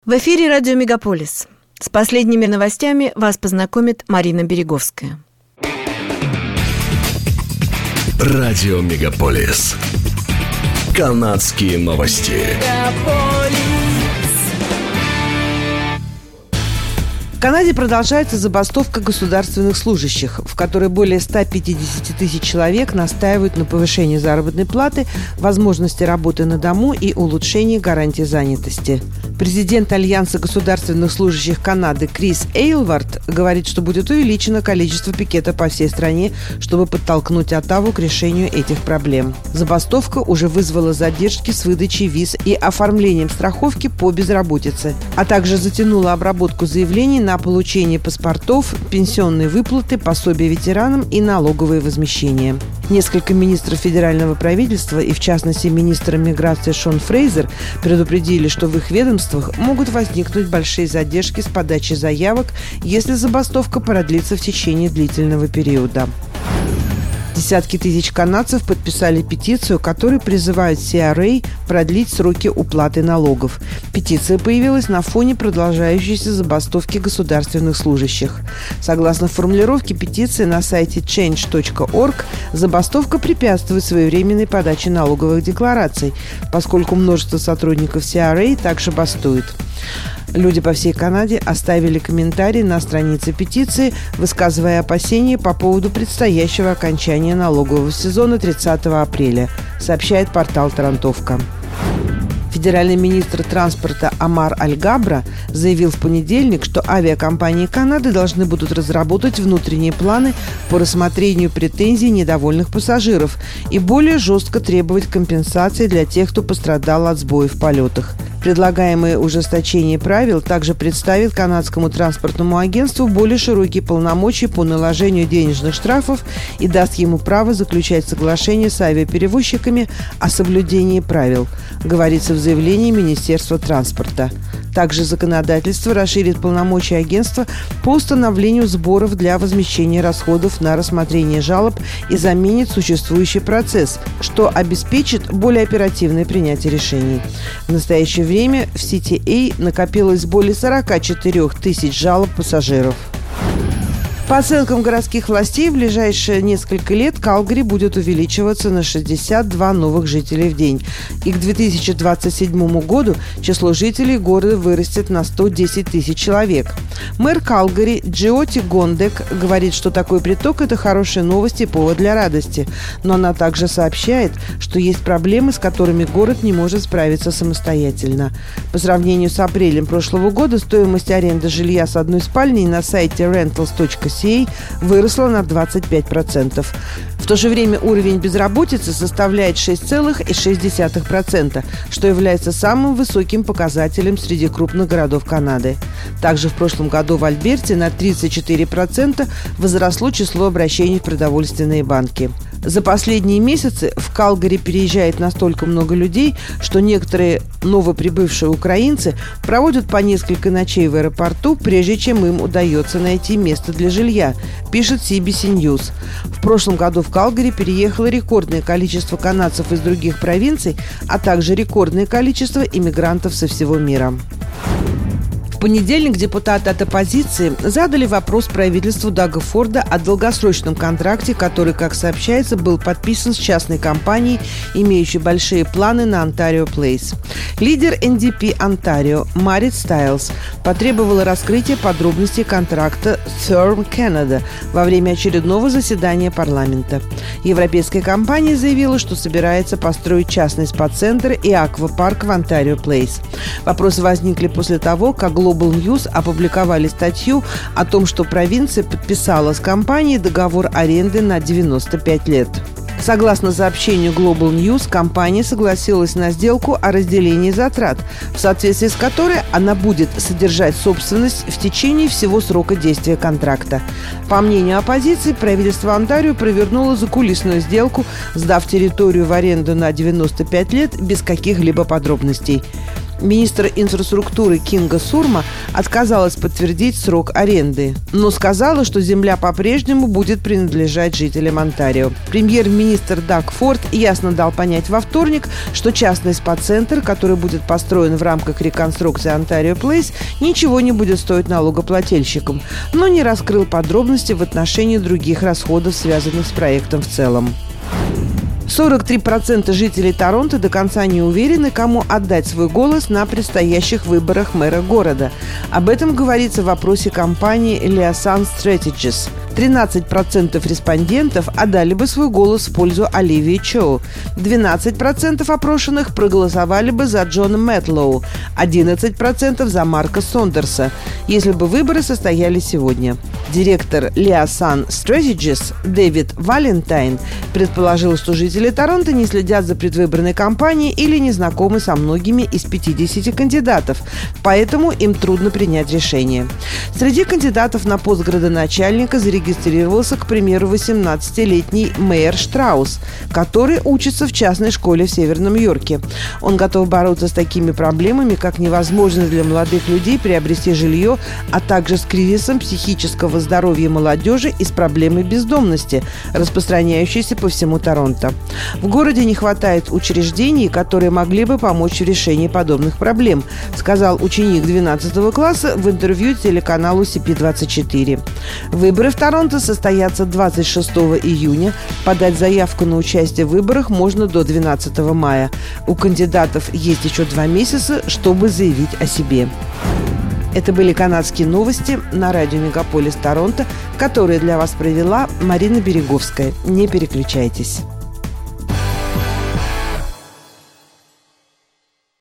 В эфире радио «Мегаполис». С последними новостями вас познакомит Марина Береговская. Радио «Мегаполис». Канадские новости. В Канаде продолжается забастовка государственных служащих, в которой более 150 тысяч человек настаивают на повышении заработной платы, возможности работы на дому и улучшении гарантий занятости. Президент Альянса государственных служащих Канады Крис Эйлвард говорит, что будет увеличено количество пикетов по всей стране, чтобы подтолкнуть Оттаву к решению этих проблем. Забастовка уже вызвала задержки с выдачей виз и оформлением страховки по безработице, а также затянула обработку заявлений на получение паспортов, пенсионные выплаты, пособия ветеранам и налоговые возмещения. Несколько министров федерального правительства и, в частности, министр миграции Шон Фрейзер предупредили, что в их ведомствах могут возникнуть большие задержки с подачей заявок, если забастовка продлится в течение длительного периода. Десятки тысяч канадцев подписали петицию, которой призывают CRA продлить сроки уплаты налогов. Петиция появилась на фоне продолжающейся забастовки государственных служащих. Согласно формулировке петиции на сайте change.org, забастовка препятствует своевременной подаче налоговых деклараций, поскольку множество сотрудников CRA также бастует. Люди по всей Канаде оставили комментарии на странице петиции, высказывая опасения по поводу предстоящего окончания налогового сезона 30 апреля, сообщает портал «Тарантовка». Федеральный министр транспорта Амар Аль-Габра заявил в понедельник, что авиакомпании Канады должны будут разработать внутренние планы по рассмотрению претензий недовольных пассажиров и более жестко требовать компенсации для тех, кто пострадал от сбоев в полетах. Предлагаемое ужесточение правил также представит канадскому транспортному агентству более широкие полномочия по наложению денежных штрафов и даст ему право заключать соглашения с авиаперевозчиками о соблюдении правил, говорится в заявлении Министерства транспорта. Также законодательство расширит полномочия агентства по установлению сборов для возмещения расходов на рассмотрение жалоб и заменит существующий процесс, что обеспечит более оперативное принятие решений. В настоящее время в CTA накопилось более 44 тысяч жалоб пассажиров. По оценкам городских властей, в ближайшие несколько лет Калгари будет увеличиваться на 62 новых жителей в день. И к 2027 году число жителей города вырастет на 110 тысяч человек. Мэр Калгари Джиоти Гондек говорит, что такой приток – это хорошая новость и повод для радости. Но она также сообщает, что есть проблемы, с которыми город не может справиться самостоятельно. По сравнению с апрелем прошлого года стоимость аренды жилья с одной спальней на сайте rentals.ca выросла на 25%. В то же время уровень безработицы составляет 6,6%, что является самым высоким показателем среди крупных городов Канады. Также в прошлом году в Альберте на 34% возросло число обращений в продовольственные банки. За последние месяцы в Калгари переезжает настолько много людей, что некоторые новоприбывшие украинцы проводят по несколько ночей в аэропорту, прежде чем им удается найти место для жилья, пишет CBC News. В прошлом году в Калгари переехало рекордное количество канадцев из других провинций, а также рекордное количество иммигрантов со всего мира. В понедельник депутаты от оппозиции задали вопрос правительству Дага Форда о долгосрочном контракте, который, как сообщается, был подписан с частной компанией, имеющей большие планы на Ontario Place. Лидер NDP Ontario Марит Стайлз потребовала раскрытия подробностей контракта Therm Canada во время очередного заседания парламента. Европейская компания заявила, что собирается построить частный спа-центр и аквапарк в Ontario Place. Вопросы возникли после того, как Global News опубликовали статью о том, что провинция подписала с компанией договор аренды на 95 лет. Согласно сообщению Global News, компания согласилась на сделку о разделении затрат, в соответствии с которой она будет содержать собственность в течение всего срока действия контракта. По мнению оппозиции, правительство Онтарио провернуло закулисную сделку, сдав территорию в аренду на 95 лет без каких-либо подробностей. Министр инфраструктуры Кинга Сурма отказалась подтвердить срок аренды, но сказала, что земля по-прежнему будет принадлежать жителям Онтарио. Премьер-министр Даг Форд ясно дал понять во вторник, что частный спа-центр, который будет построен в рамках реконструкции Онтарио Плейс, ничего не будет стоить налогоплательщикам, но не раскрыл подробности в отношении других расходов, связанных с проектом в целом. 43% жителей Торонто до конца не уверены, кому отдать свой голос на предстоящих выборах мэра города. Об этом говорится в опросе компании Liaison Strategies. 13% респондентов отдали бы свой голос в пользу Оливии Чоу. 12% опрошенных проголосовали бы за Джона Мэтлоу. 11% за Марка Сондерса, если бы выборы состоялись сегодня. Директор Liaison Strategies Дэвид Валентайн предположил, что жители Торонто не следят за предвыборной кампанией или не знакомы со многими из 50 кандидатов, поэтому им трудно принять решение. Среди кандидатов на пост градоначальника зарегистрировался, к примеру, 18-летний Мэйр Штраус, который учится в частной школе в Северном Йорке. Он готов бороться с такими проблемами, как невозможность для молодых людей приобрести жилье, а также с кризисом психического здоровья молодежи и с проблемой бездомности, распространяющейся по всему Торонто. В городе не хватает учреждений, которые могли бы помочь в решении подобных проблем, сказал ученик 12 класса в интервью телеканалу CP24. Выборы в Торонто состоятся 26 июня. Подать заявку на участие в выборах можно до 12 мая. У кандидатов есть еще 2 месяца, чтобы заявить о себе. Это были канадские новости на радио Мегаполис Торонто, которые для вас провела Марина Береговская. Не переключайтесь.